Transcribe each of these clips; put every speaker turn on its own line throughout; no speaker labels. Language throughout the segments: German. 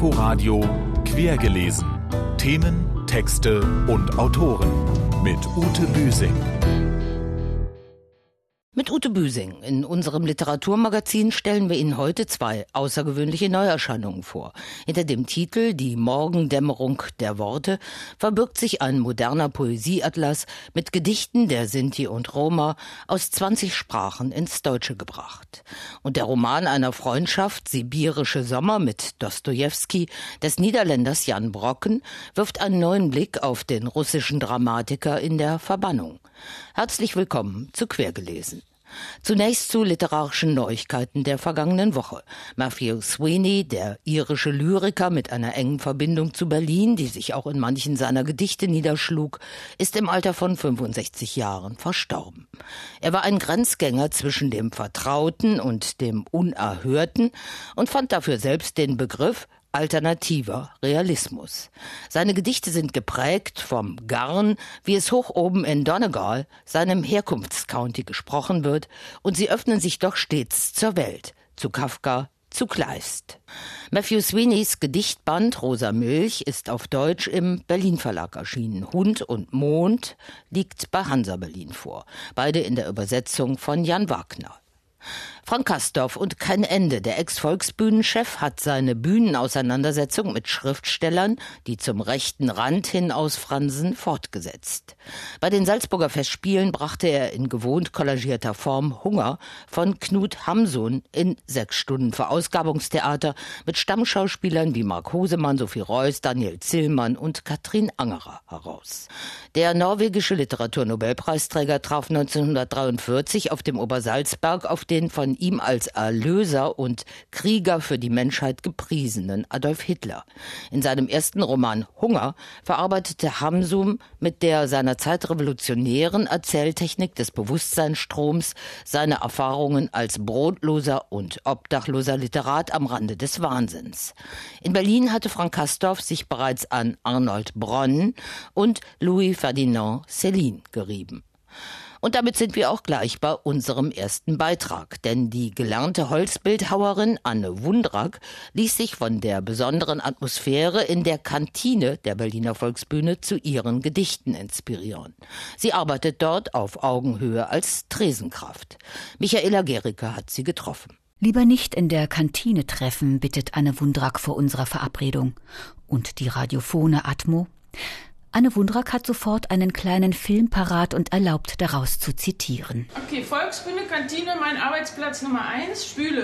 Inforadio Quergelesen. Themen, Texte und Autoren mit Ute Büsing.
Mit Ute Büsing. In unserem Literaturmagazin stellen wir Ihnen heute 2 außergewöhnliche Neuerscheinungen vor. Hinter dem Titel »Die Morgendämmerung der Worte« verbirgt sich ein moderner Poesieatlas mit Gedichten der Sinti und Roma aus 20 Sprachen ins Deutsche gebracht. Und der Roman einer Freundschaft, »Sibirische Sommer« mit Dostojewski, des Niederländers Jan Brokken, wirft einen neuen Blick auf den russischen Dramatiker in der Verbannung. Herzlich willkommen zu Quergelesen. Zunächst zu literarischen Neuigkeiten der vergangenen Woche. Matthew Sweeney, der irische Lyriker mit einer engen Verbindung zu Berlin, die sich auch in manchen seiner Gedichte niederschlug, ist im Alter von 65 Jahren verstorben. Er war ein Grenzgänger zwischen dem Vertrauten und dem Unerhörten und fand dafür selbst den Begriff alternativer Realismus. Seine Gedichte sind geprägt vom Garn, wie es hoch oben in Donegal, seinem Herkunftscounty, gesprochen wird, und sie öffnen sich doch stets zur Welt, zu Kafka, zu Kleist. Matthew Sweeneys Gedichtband »Rosa Milch« ist auf Deutsch im Berlin Verlag erschienen. »Hund und Mond« liegt bei Hansa Berlin vor. Beide in der Übersetzung von Jan Wagner. Frank Castorf und kein Ende. Der Ex-Volksbühnenchef hat seine Bühnenauseinandersetzung mit Schriftstellern, die zum rechten Rand hin ausfransen, fortgesetzt. Bei den Salzburger Festspielen brachte er in gewohnt kollagierter Form »Hunger« von Knut Hamsun in 6 Stunden Verausgabungstheater mit Stammschauspielern wie Mark Hosemann, Sophie Reuss, Daniel Zillmann und Katrin Angerer heraus. Der norwegische Literaturnobelpreisträger traf 1943 auf dem Obersalzberg auf den von ihm als Erlöser und Krieger für die Menschheit gepriesenen Adolf Hitler. In seinem ersten Roman »Hunger« verarbeitete Hamsun mit der seinerzeit revolutionären Erzähltechnik des Bewusstseinsstroms seine Erfahrungen als brotloser und obdachloser Literat am Rande des Wahnsinns. In Berlin hatte Frank Castorf sich bereits an Arnold Bronn und Louis Ferdinand Céline gerieben. Und damit sind wir auch gleich bei unserem ersten Beitrag, denn die gelernte Holzbildhauerin Anne Wundrak ließ sich von der besonderen Atmosphäre in der Kantine der Berliner Volksbühne zu ihren Gedichten inspirieren. Sie arbeitet dort auf Augenhöhe als Tresenkraft. Michaela Gericke hat sie getroffen.
Lieber nicht in der Kantine treffen, bittet Anne Wundrak vor unserer Verabredung. Und die radiophone Atmo? Anne Wundrak hat sofort einen kleinen Film parat und erlaubt, daraus zu zitieren.
Okay, Volksbühne, Kantine, mein Arbeitsplatz Nummer 1, Spüle.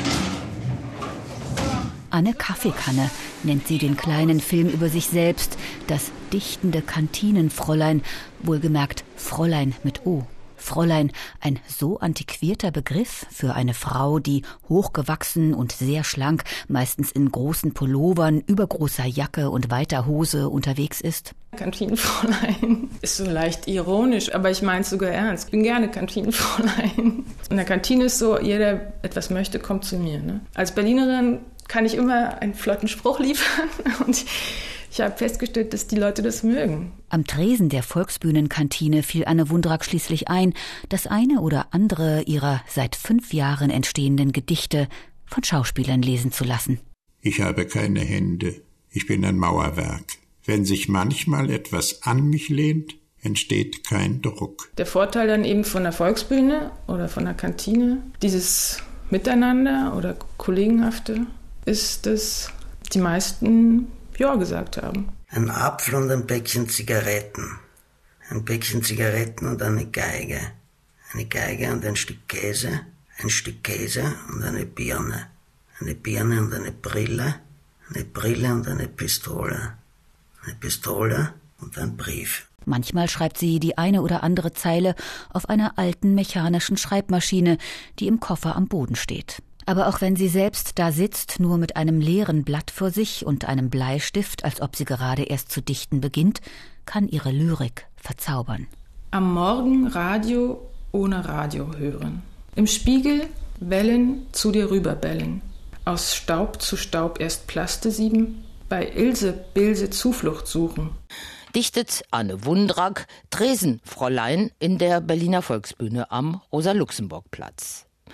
Anne Kaffeekanne nennt sie den kleinen Film über sich selbst, das dichtende Kantinenfräulein, wohlgemerkt Fräulein mit O. Fräulein, ein so antiquierter Begriff für eine Frau, die hochgewachsen und sehr schlank, meistens in großen Pullovern, übergroßer Jacke und weiter Hose unterwegs ist.
Kantinenfräulein ist so leicht ironisch, aber ich meine es sogar ernst. Ich bin gerne Kantinenfräulein. In der Kantine ist so, jeder etwas möchte, kommt zu mir. Ne? Als Berlinerin kann ich immer einen flotten Spruch liefern und ich habe festgestellt, dass die Leute das mögen.
Am Tresen der Volksbühnenkantine fiel Anne Wundrak schließlich ein, das eine oder andere ihrer seit 5 Jahren entstehenden Gedichte von Schauspielern lesen zu lassen.
Ich habe keine Hände. Ich bin ein Mauerwerk. Wenn sich manchmal etwas an mich lehnt, entsteht kein Druck.
Der Vorteil dann eben von der Volksbühne oder von der Kantine, dieses Miteinander oder Kollegenhafte, ist, dass die meisten Ja gesagt haben.
Ein Apfel und ein Päckchen Zigaretten. Ein Päckchen Zigaretten und eine Geige. Eine Geige und ein Stück Käse. Ein Stück Käse und eine Birne. Eine Birne und eine Brille. Eine Brille und eine Pistole. Eine Pistole und ein Brief.
Manchmal schreibt sie die eine oder andere Zeile auf einer alten mechanischen Schreibmaschine, die im Koffer am Boden steht. Aber auch wenn sie selbst da sitzt, nur mit einem leeren Blatt vor sich und einem Bleistift, als ob sie gerade erst zu dichten beginnt, kann ihre Lyrik verzaubern.
Am Morgen Radio ohne Radio hören. Im Spiegel Wellen zu dir rüberbellen. Aus Staub zu Staub erst Plaste sieben. Bei Ilse Bilse Zuflucht suchen.
Dichtet Anne Wundrak, Tresenfräulein in der Berliner Volksbühne am Rosa-Luxemburg-Platz.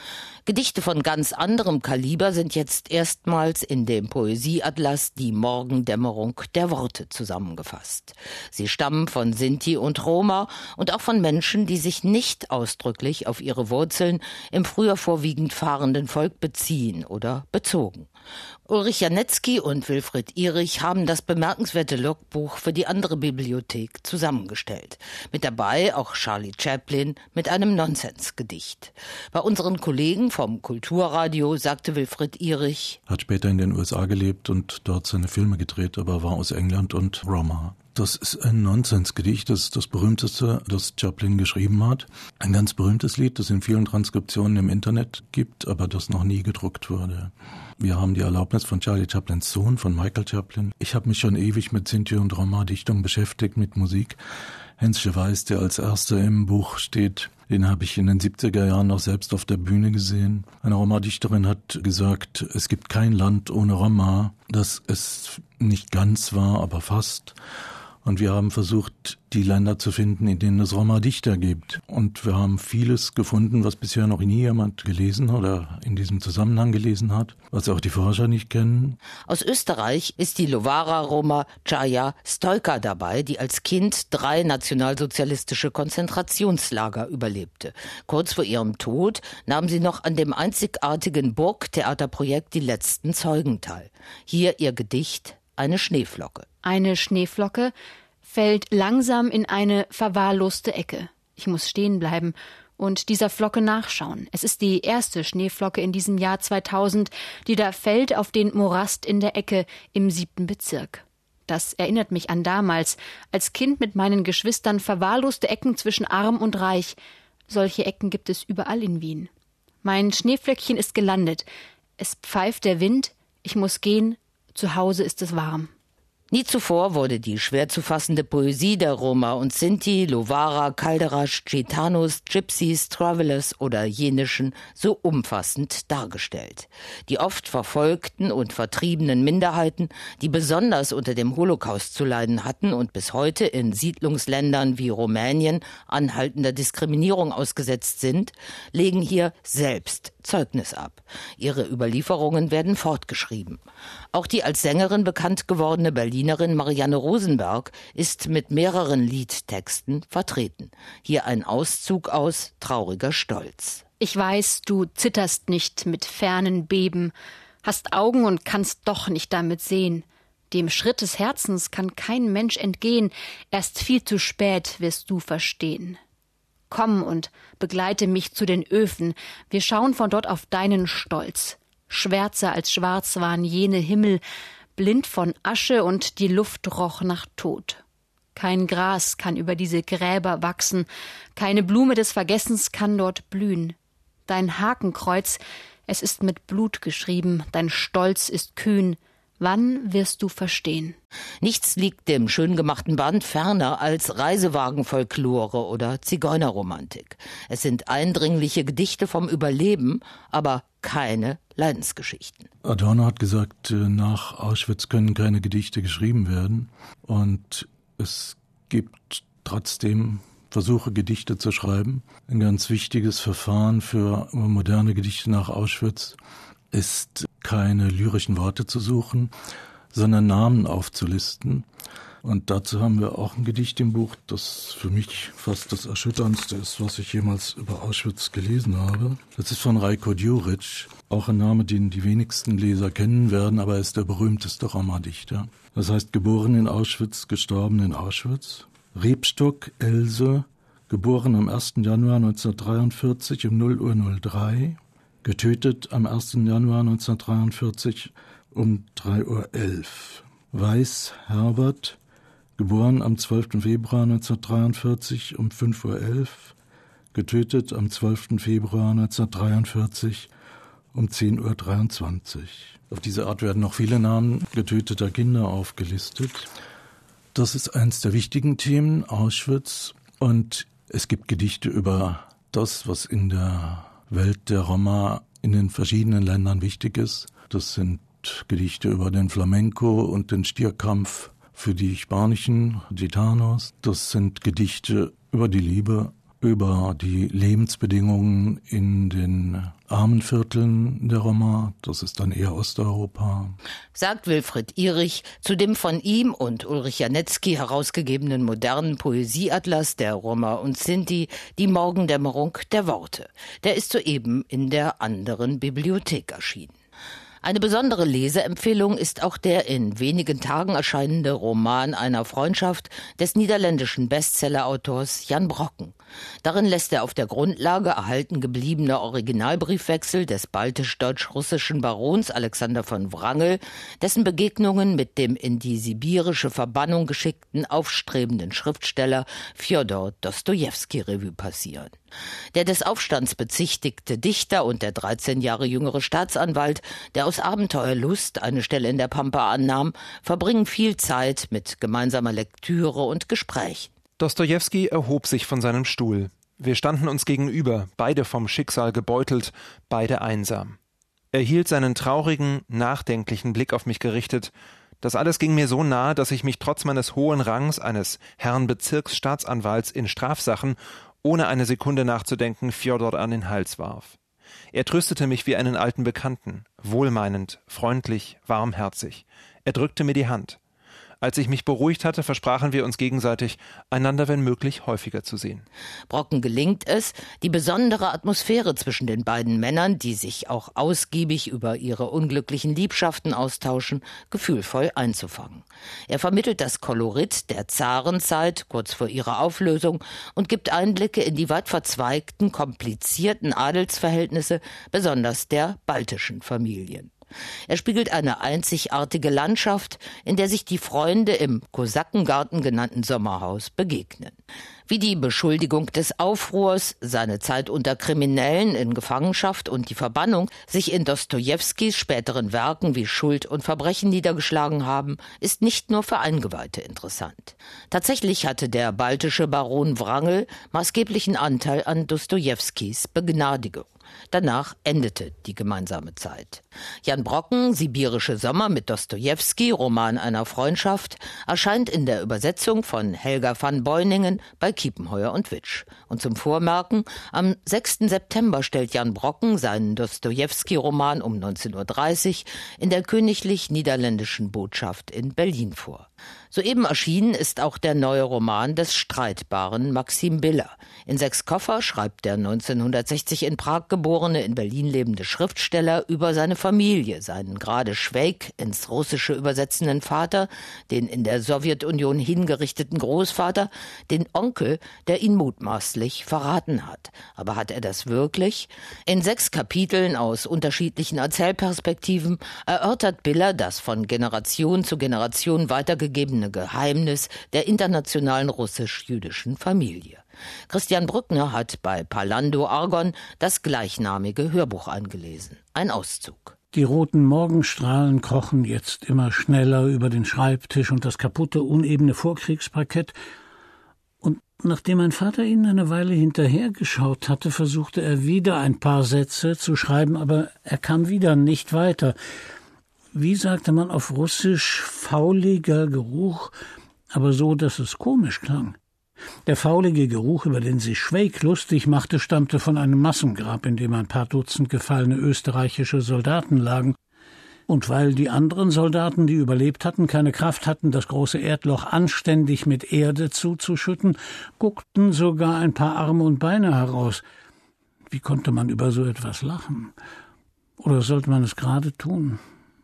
Gedichte von ganz anderem Kaliber sind jetzt erstmals in dem Poesieatlas Die Morgendämmerung der Worte zusammengefasst. Sie stammen von Sinti und Roma und auch von Menschen, die sich nicht ausdrücklich auf ihre Wurzeln im früher vorwiegend fahrenden Volk beziehen oder bezogen. Ulrich Janetzky und Wilfried Ihrig haben das bemerkenswerte Logbuch für die andere Bibliothek zusammengestellt. Mit dabei auch Charlie Chaplin mit einem Nonsensgedicht. Bei unseren Kollegen vom Kulturradio sagte Wilfried Ihrig:
Hat später in den USA gelebt und dort seine Filme gedreht, aber war aus England und Roma. Das ist ein Nonsensgedicht, das ist das berühmteste, das Chaplin geschrieben hat. Ein ganz berühmtes Lied, das in vielen Transkriptionen im Internet gibt, aber das noch nie gedruckt wurde. Wir haben die Erlaubnis von Charlie Chaplins Sohn, von Michael Chaplin. Ich habe mich schon ewig mit Sinti- und Roma-Dichtung beschäftigt, mit Musik. Hensche Weiß, der als erster im Buch steht, den habe ich in den 70er Jahren noch selbst auf der Bühne gesehen. Eine Roma-Dichterin hat gesagt, es gibt kein Land ohne Roma, dass es nicht ganz war, aber fast. Und wir haben versucht, die Länder zu finden, in denen es Roma-Dichter gibt. Und wir haben vieles gefunden, was bisher noch nie jemand gelesen oder in diesem Zusammenhang gelesen hat, was auch die Forscher nicht kennen.
Aus Österreich ist die Lovara-Roma Chaya Stojka dabei, die als Kind 3 nationalsozialistische Konzentrationslager überlebte. Kurz vor ihrem Tod nahm sie noch an dem einzigartigen Burgtheaterprojekt Die letzten Zeugen teil. Hier ihr Gedicht Eine Schneeflocke.
Eine Schneeflocke fällt langsam in eine verwahrloste Ecke. Ich muss stehen bleiben und dieser Flocke nachschauen. Es ist die erste Schneeflocke in diesem Jahr 2000, die da fällt auf den Morast in der Ecke im 7. Bezirk. Das erinnert mich an damals, als Kind mit meinen Geschwistern, verwahrloste Ecken zwischen Arm und Reich. Solche Ecken gibt es überall in Wien. Mein Schneeflöckchen ist gelandet. Es pfeift der Wind. Ich muss gehen. Zu Hause ist es warm.
Nie zuvor wurde die schwer zu fassende Poesie der Roma und Sinti, Lovara, Kalderasch, Gitanos, Gypsies, Travelers oder Jenischen so umfassend dargestellt. Die oft verfolgten und vertriebenen Minderheiten, die besonders unter dem Holocaust zu leiden hatten und bis heute in Siedlungsländern wie Rumänien anhaltender Diskriminierung ausgesetzt sind, legen hier selbst Zeugnis ab. Ihre Überlieferungen werden fortgeschrieben. Auch die als Sängerin bekannt gewordene Berlinerin Marianne Rosenberg ist mit mehreren Liedtexten vertreten. Hier ein Auszug aus Trauriger Stolz.
Ich weiß, du zitterst nicht mit fernen Beben, hast Augen und kannst doch nicht damit sehen. Dem Schritt des Herzens kann kein Mensch entgehen, erst viel zu spät wirst du verstehen. Komm und begleite mich zu den Öfen, wir schauen von dort auf deinen Stolz. Schwärzer als schwarz waren jene Himmel, blind von Asche und die Luft roch nach Tod. Kein Gras kann über diese Gräber wachsen, keine Blume des Vergessens kann dort blühen. Dein Hakenkreuz, es ist mit Blut geschrieben, dein Stolz ist kühn. Wann wirst du verstehen?
Nichts liegt dem schön gemachten Band ferner als Reisewagenfolklore oder Zigeunerromantik. Es sind eindringliche Gedichte vom Überleben, aber keine Leidensgeschichten.
Adorno hat gesagt, nach Auschwitz können keine Gedichte geschrieben werden. Und es gibt trotzdem Versuche, Gedichte zu schreiben. Ein ganz wichtiges Verfahren für moderne Gedichte nach Auschwitz ist, keine lyrischen Worte zu suchen, sondern Namen aufzulisten. Und dazu haben wir auch ein Gedicht im Buch, das für mich fast das Erschütterndste ist, was ich jemals über Auschwitz gelesen habe. Das ist von Rajko Djuric, auch ein Name, den die wenigsten Leser kennen werden, aber er ist der berühmteste Roma-Dichter. Das heißt, geboren in Auschwitz, gestorben in Auschwitz. Rebstock, Else, geboren am 1. Januar 1943 um 0:03 Uhr. Getötet am 1. Januar 1943 um 3:11 Uhr. Weiß Herbert, geboren am 12. Februar 1943 um 5:11 Uhr. Getötet am 12. Februar 1943 um 10:23 Uhr. Auf diese Art werden noch viele Namen getöteter Kinder aufgelistet. Das ist eines der wichtigen Themen, Auschwitz. Und es gibt Gedichte über das, was in der Welt der Roma in den verschiedenen Ländern wichtig ist. Das sind Gedichte über den Flamenco und den Stierkampf für die spanischen Gitanos. Das sind Gedichte über die Liebe, über die Lebensbedingungen in den Armenvierteln der Roma. Das ist dann eher Osteuropa.
Sagt Wilfried Ihrig zu dem von ihm und Ulrich Janetzky herausgegebenen modernen Poesieatlas der Roma und Sinti, die Morgendämmerung der Worte. Der ist soeben in der anderen Bibliothek erschienen. Eine besondere Leseempfehlung ist auch der in wenigen Tagen erscheinende Roman einer Freundschaft des niederländischen Bestseller-Autors Jan Brokken. Darin lässt er auf der Grundlage erhalten gebliebener Originalbriefwechsel des baltisch-deutsch-russischen Barons Alexander von Wrangel, dessen Begegnungen mit dem in die sibirische Verbannung geschickten aufstrebenden Schriftsteller Fjodor Dostojewski Revue passieren. Der des Aufstands bezichtigte Dichter und der 13 Jahre jüngere Staatsanwalt, der aus Abenteuerlust eine Stelle in der Pampa annahm, verbringen viel Zeit mit gemeinsamer Lektüre und Gesprächen.
Dostojewski erhob sich von seinem Stuhl. Wir standen uns gegenüber, beide vom Schicksal gebeutelt, beide einsam. Er hielt seinen traurigen, nachdenklichen Blick auf mich gerichtet. Das alles ging mir so nahe, dass ich mich trotz meines hohen Rangs eines Herrn Bezirksstaatsanwalts in Strafsachen ohne eine Sekunde nachzudenken Fjodor an den Hals warf. Er tröstete mich wie einen alten Bekannten, wohlmeinend, freundlich, warmherzig. Er drückte mir die Hand. Als ich mich beruhigt hatte, versprachen wir uns gegenseitig, einander wenn möglich häufiger zu sehen.
Brocken gelingt es, die besondere Atmosphäre zwischen den beiden Männern, die sich auch ausgiebig über ihre unglücklichen Liebschaften austauschen, gefühlvoll einzufangen. Er vermittelt das Kolorit der Zarenzeit kurz vor ihrer Auflösung und gibt Einblicke in die weit verzweigten, komplizierten Adelsverhältnisse, besonders der baltischen Familien. Er spiegelt eine einzigartige Landschaft, in der sich die Freunde im Kosakengarten genannten Sommerhaus begegnen. Wie die Beschuldigung des Aufruhrs, seine Zeit unter Kriminellen in Gefangenschaft und die Verbannung sich in Dostojewskis späteren Werken wie Schuld und Verbrechen niedergeschlagen haben, ist nicht nur für Eingeweihte interessant. Tatsächlich hatte der baltische Baron Wrangel maßgeblichen Anteil an Dostojewskis Begnadigung. Danach endete die gemeinsame Zeit. Jan Brocken, Sibirische Sommer mit Dostojewski, Roman einer Freundschaft, erscheint in der Übersetzung von Helga van Beuningen bei Kiepenheuer und Witsch. Und zum Vormerken, am 6. September stellt Jan Brocken seinen Dostojewski-Roman um 19:30 Uhr in der Königlich Niederländischen Botschaft in Berlin vor. Soeben erschienen ist auch der neue Roman des streitbaren Maxim Biller. In 6 Koffer schreibt der 1960 in Prag geborene, in Berlin lebende Schriftsteller über seine Familie, seinen gerade Schweig ins Russische übersetzenden Vater, den in der Sowjetunion hingerichteten Großvater, den Onkel, der ihn mutmaßlich verraten hat. Aber hat er das wirklich? In 6 Kapiteln aus unterschiedlichen Erzählperspektiven erörtert Biller das von Generation zu Generation weitergegebene Geheimnis der internationalen russisch-jüdischen Familie. Christian Brückner hat bei Parlando Argon das gleichnamige Hörbuch eingelesen. Ein Auszug.
Die roten Morgenstrahlen krochen jetzt immer schneller über den Schreibtisch und das kaputte, unebene Vorkriegsparkett. Und nachdem mein Vater ihnen eine Weile hinterhergeschaut hatte, versuchte er wieder ein paar Sätze zu schreiben, aber er kam wieder nicht weiter. Wie sagte man auf Russisch, fauliger Geruch, aber so, dass es komisch klang. Der faulige Geruch, über den sich Schweig lustig machte, stammte von einem Massengrab, in dem ein paar Dutzend gefallene österreichische Soldaten lagen. Und weil die anderen Soldaten, die überlebt hatten, keine Kraft hatten, das große Erdloch anständig mit Erde zuzuschütten, guckten sogar ein paar Arme und Beine heraus. Wie konnte man über so etwas lachen? Oder sollte man es gerade tun?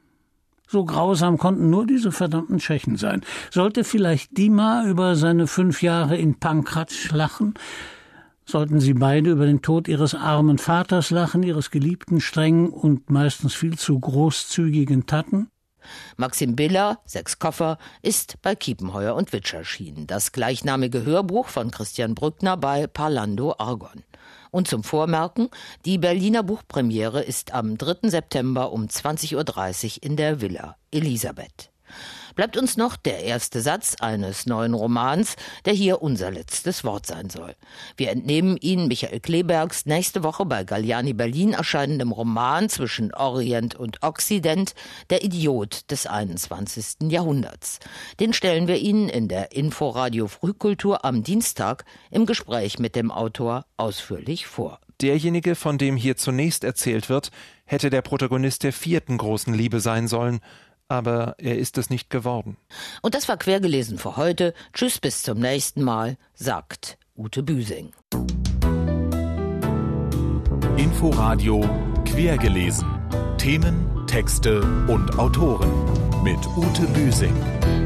So grausam konnten nur diese verdammten Tschechen sein. Sollte vielleicht Dima über seine 5 Jahre in Pankratsch lachen? Sollten sie beide über den Tod ihres armen Vaters lachen, ihres geliebten, strengen und meistens viel zu großzügigen Tatten?
Maxim Biller, 6 Koffer, ist bei Kiepenheuer und Witsch erschienen. Das gleichnamige Hörbuch von Christian Brückner bei Parlando Argon. Und zum Vormerken, die Berliner Buchpremiere ist am 3. September um 20:30 Uhr in der Villa Elisabeth. Bleibt uns noch der erste Satz eines neuen Romans, der hier unser letztes Wort sein soll. Wir entnehmen ihn Michael Klebergs nächste Woche bei Galliani Berlin erscheinendem Roman Zwischen Orient und Okzident, Der Idiot des 21. Jahrhunderts. Den stellen wir Ihnen in der Inforadio Frühkultur am Dienstag im Gespräch mit dem Autor ausführlich vor.
Derjenige, von dem hier zunächst erzählt wird, hätte der Protagonist der 4. großen Liebe sein sollen, aber er ist es nicht geworden.
Und das war Quergelesen für heute. Tschüss, bis zum nächsten Mal, sagt Ute Büsing.
Inforadio Quergelesen. Themen, Texte und Autoren mit Ute Büsing.